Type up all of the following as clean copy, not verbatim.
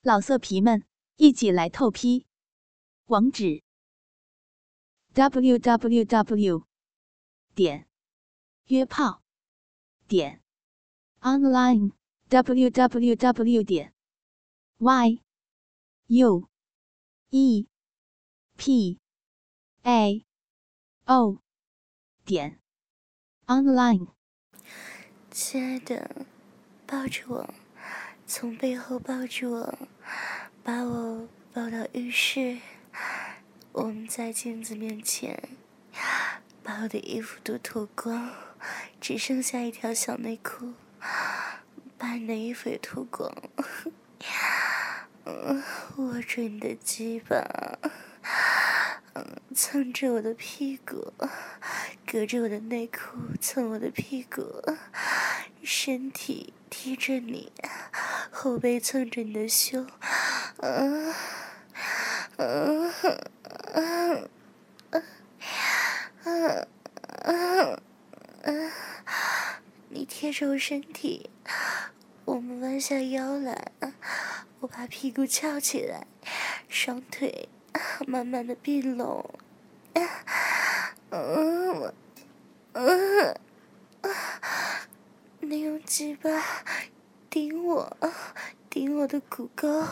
老色皮们，一起来透批！网址 www.约炮online www.yuepao.online。 亲爱的，抱着我，从背后抱住我，把我抱到浴室。我们在镜子面前，把我的衣服都脱光，只剩下一条小内裤，把你的衣服也脱光。握着你的鸡巴，蹭着我的屁股，隔着我的内裤蹭我的屁股，身体贴着你，后背蹭着你的胸，你贴着我身体，我们弯下腰来，我把屁股翘起来，双腿慢慢的并拢，你用鸡巴顶我的骨沟，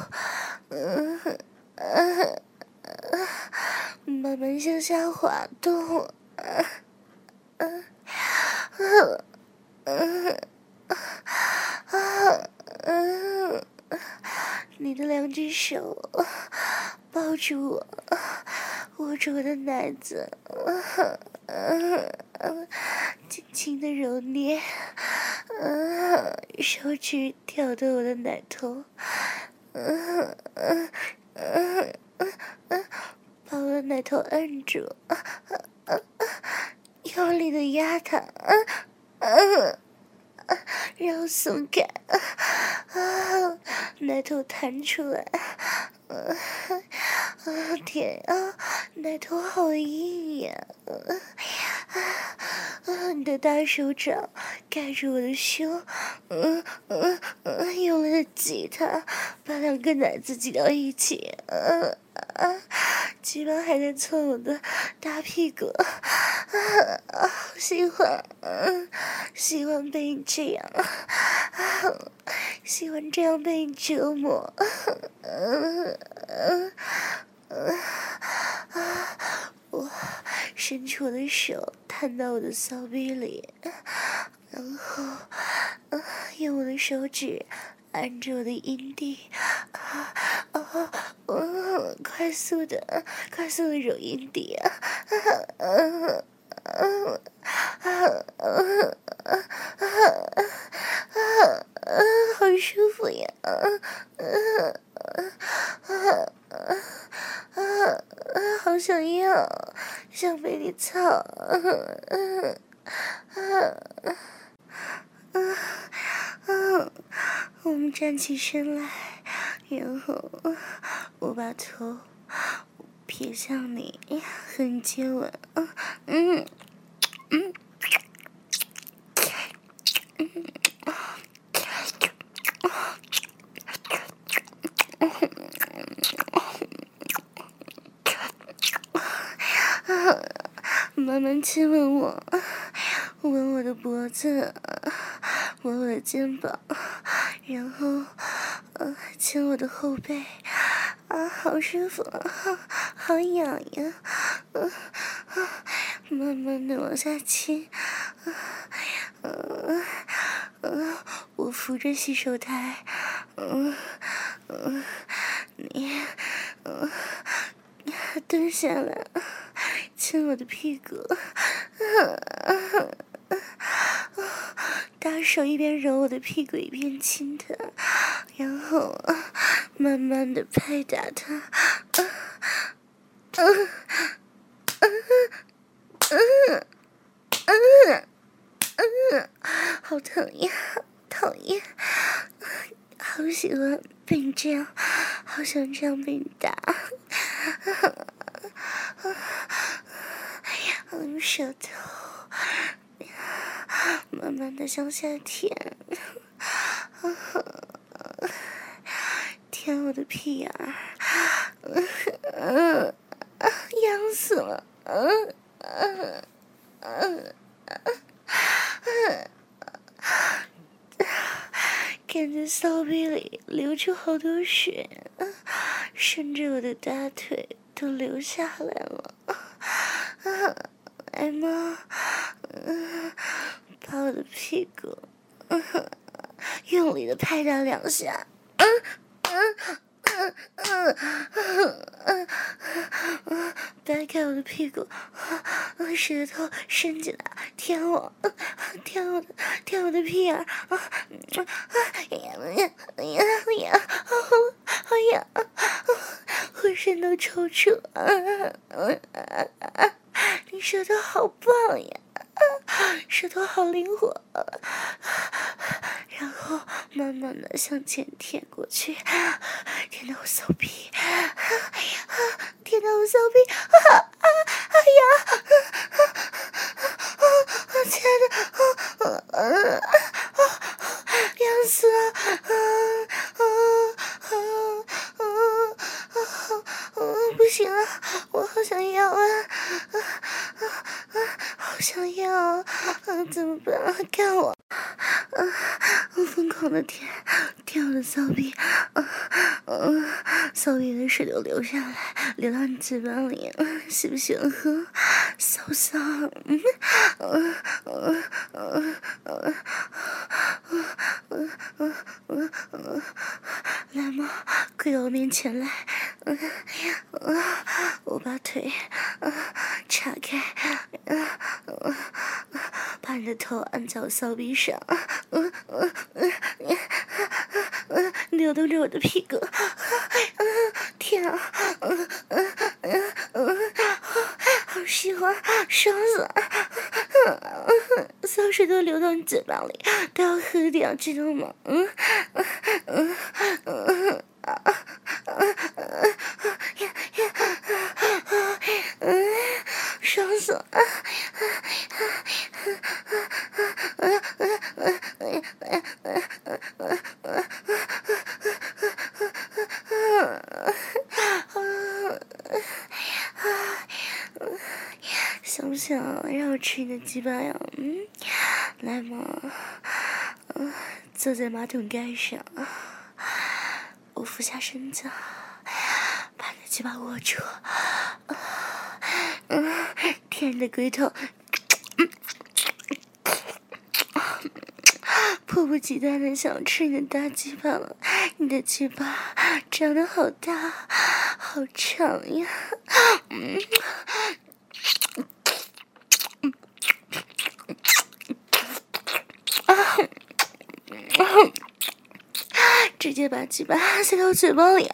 慢慢向下滑动，你的两只手抱住我，握住我的奶子，轻轻的揉捏，手指挑逗我的奶头，把我的奶头按住，用力的压它，让我松开，奶头弹出来，天啊，奶头好硬呀！你的大手掌盖住我的胸，用力的挤它，把两个奶子挤到一起，鸡巴还在蹭我的大屁股，好喜欢，喜欢被你这样，喜欢这样被你折磨，我伸出我的手探到我的骚逼里，然后用我的手指按着我的阴蒂，快速的揉阴蒂啊，好舒服呀，好想要，想被你操，我们站起身来，然后我把头撇向你，和你接吻，慢慢亲吻我，吻我的脖子，吻我的肩膀，然后亲我的后背，好舒服，好痒呀，慢慢的往下亲，我扶着洗手台，你蹲下来亲我的屁股，大手一边揉我的屁股一边亲它，然后慢慢的拍打它，好疼呀，讨厌，好喜欢被你这样，好想这样被你打，用舌头慢慢的向下舔， 舔我的屁眼儿，痒死了，感觉骚逼里流出好多血，顺着我的大腿都流下来了。来嘛，把我的屁股用力的拍打2下。掰开我的屁股，舌头伸进来舔我的屁眼儿，好痒，浑身都抽搐。你舌头好棒呀，舌头好灵活。然后慢慢的向前舔过去，舔到我骚逼，舔到我骚逼，哎呀，亲爱的，痒死了，不行了，我好想要啊，好想要啊，怎么办？干我！我疯狂的舔我的骚逼，骚逼的水都流下来，流到你嘴巴里，喜不喜欢喝？骚不骚？来嘛，跪到我面前来，我把腿岔开，把你的头按在我骚逼上，扭动着我的屁股，天啊，好喜欢，爽死了，骚水都流到你嘴巴里，都要喝掉，知道吗？爽死了！想不想让我吃你的鸡巴呀？来嘛，坐在马桶盖上，我俯下身子，把你的鸡巴握住，舔你的龟头，迫不及待的想吃你的大鸡巴了。你的鸡巴长得好大，好长呀！直接把鸡巴塞到嘴巴里，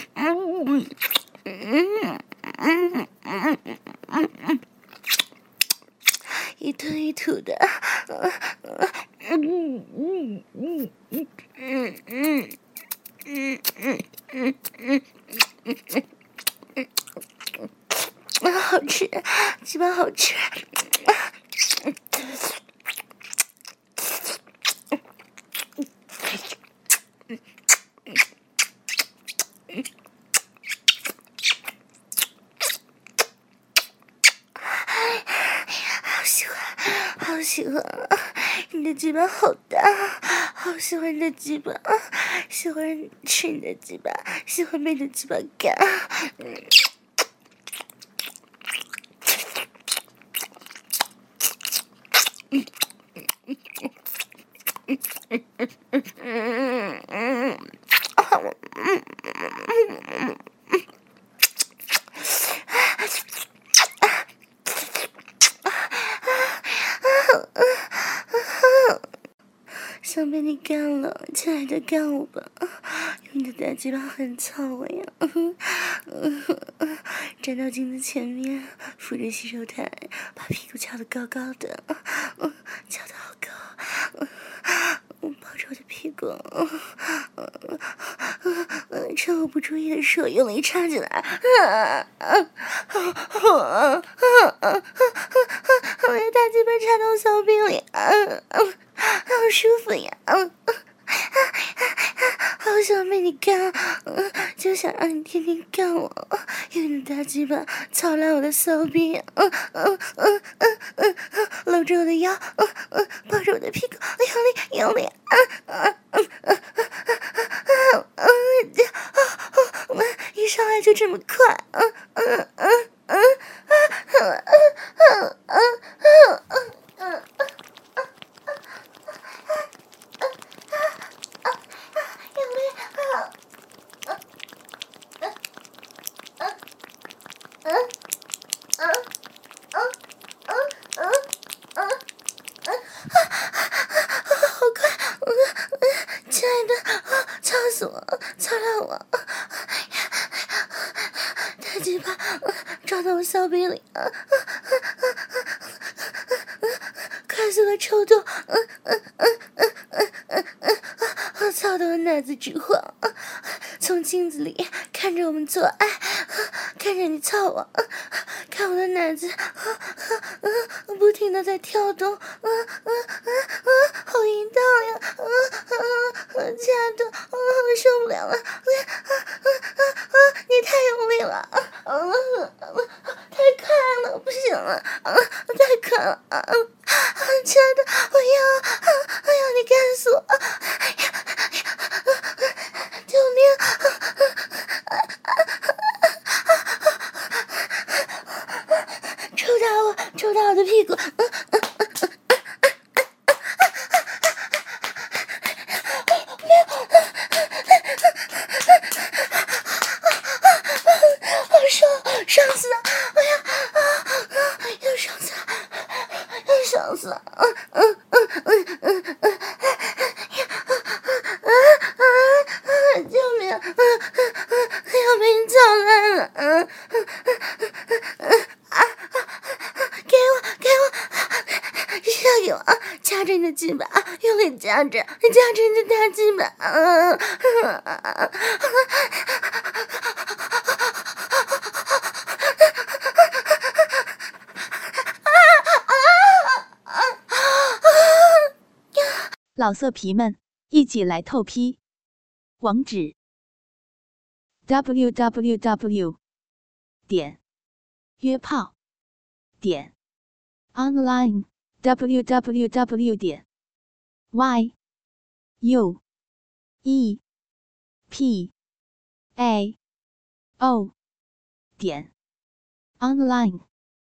一吞一吐的，好吃，鸡巴好吃。好喜欢，你的鸡巴好大，好喜欢你的鸡巴，喜欢吃你的鸡巴，喜欢被你的鸡巴干。想被你干了，亲爱的，干我吧！用你的大鸡巴很操我呀！站到镜子前面，扶着洗手台，把屁股翘得高高的，翘得好高，抱着我的屁股，趁我不注意的时候用力插进来，我的大鸡巴插到小臂里，好舒服呀！好好想被你干，就想让你天天干我，用你大鸡巴操烂我的骚逼，搂着我的腰，抱着我的屁股，用力，一上来就这么快，好快，亲爱的，操死我，操烂我，大鸡巴抓到我骚逼里，快速的抽动，我操得我奶子直晃，从镜子里看着我们做爱，看着你操我，看我的奶子不停的在跳动，好淫荡呀，亲爱的，我受不了了，你太用力了，太快了，不行了，太快了，亲爱的，我要你干死我，救命！抽打我的屁股，爽死了！哎呀，要爽死了，要爽死了！救命！要被你操烂了！给我，射给我！夹着你的鸡巴，用力夹着你的大鸡巴！ 老色皮们，一起来透批！网址 ：www.约炮.online www.yuepao.online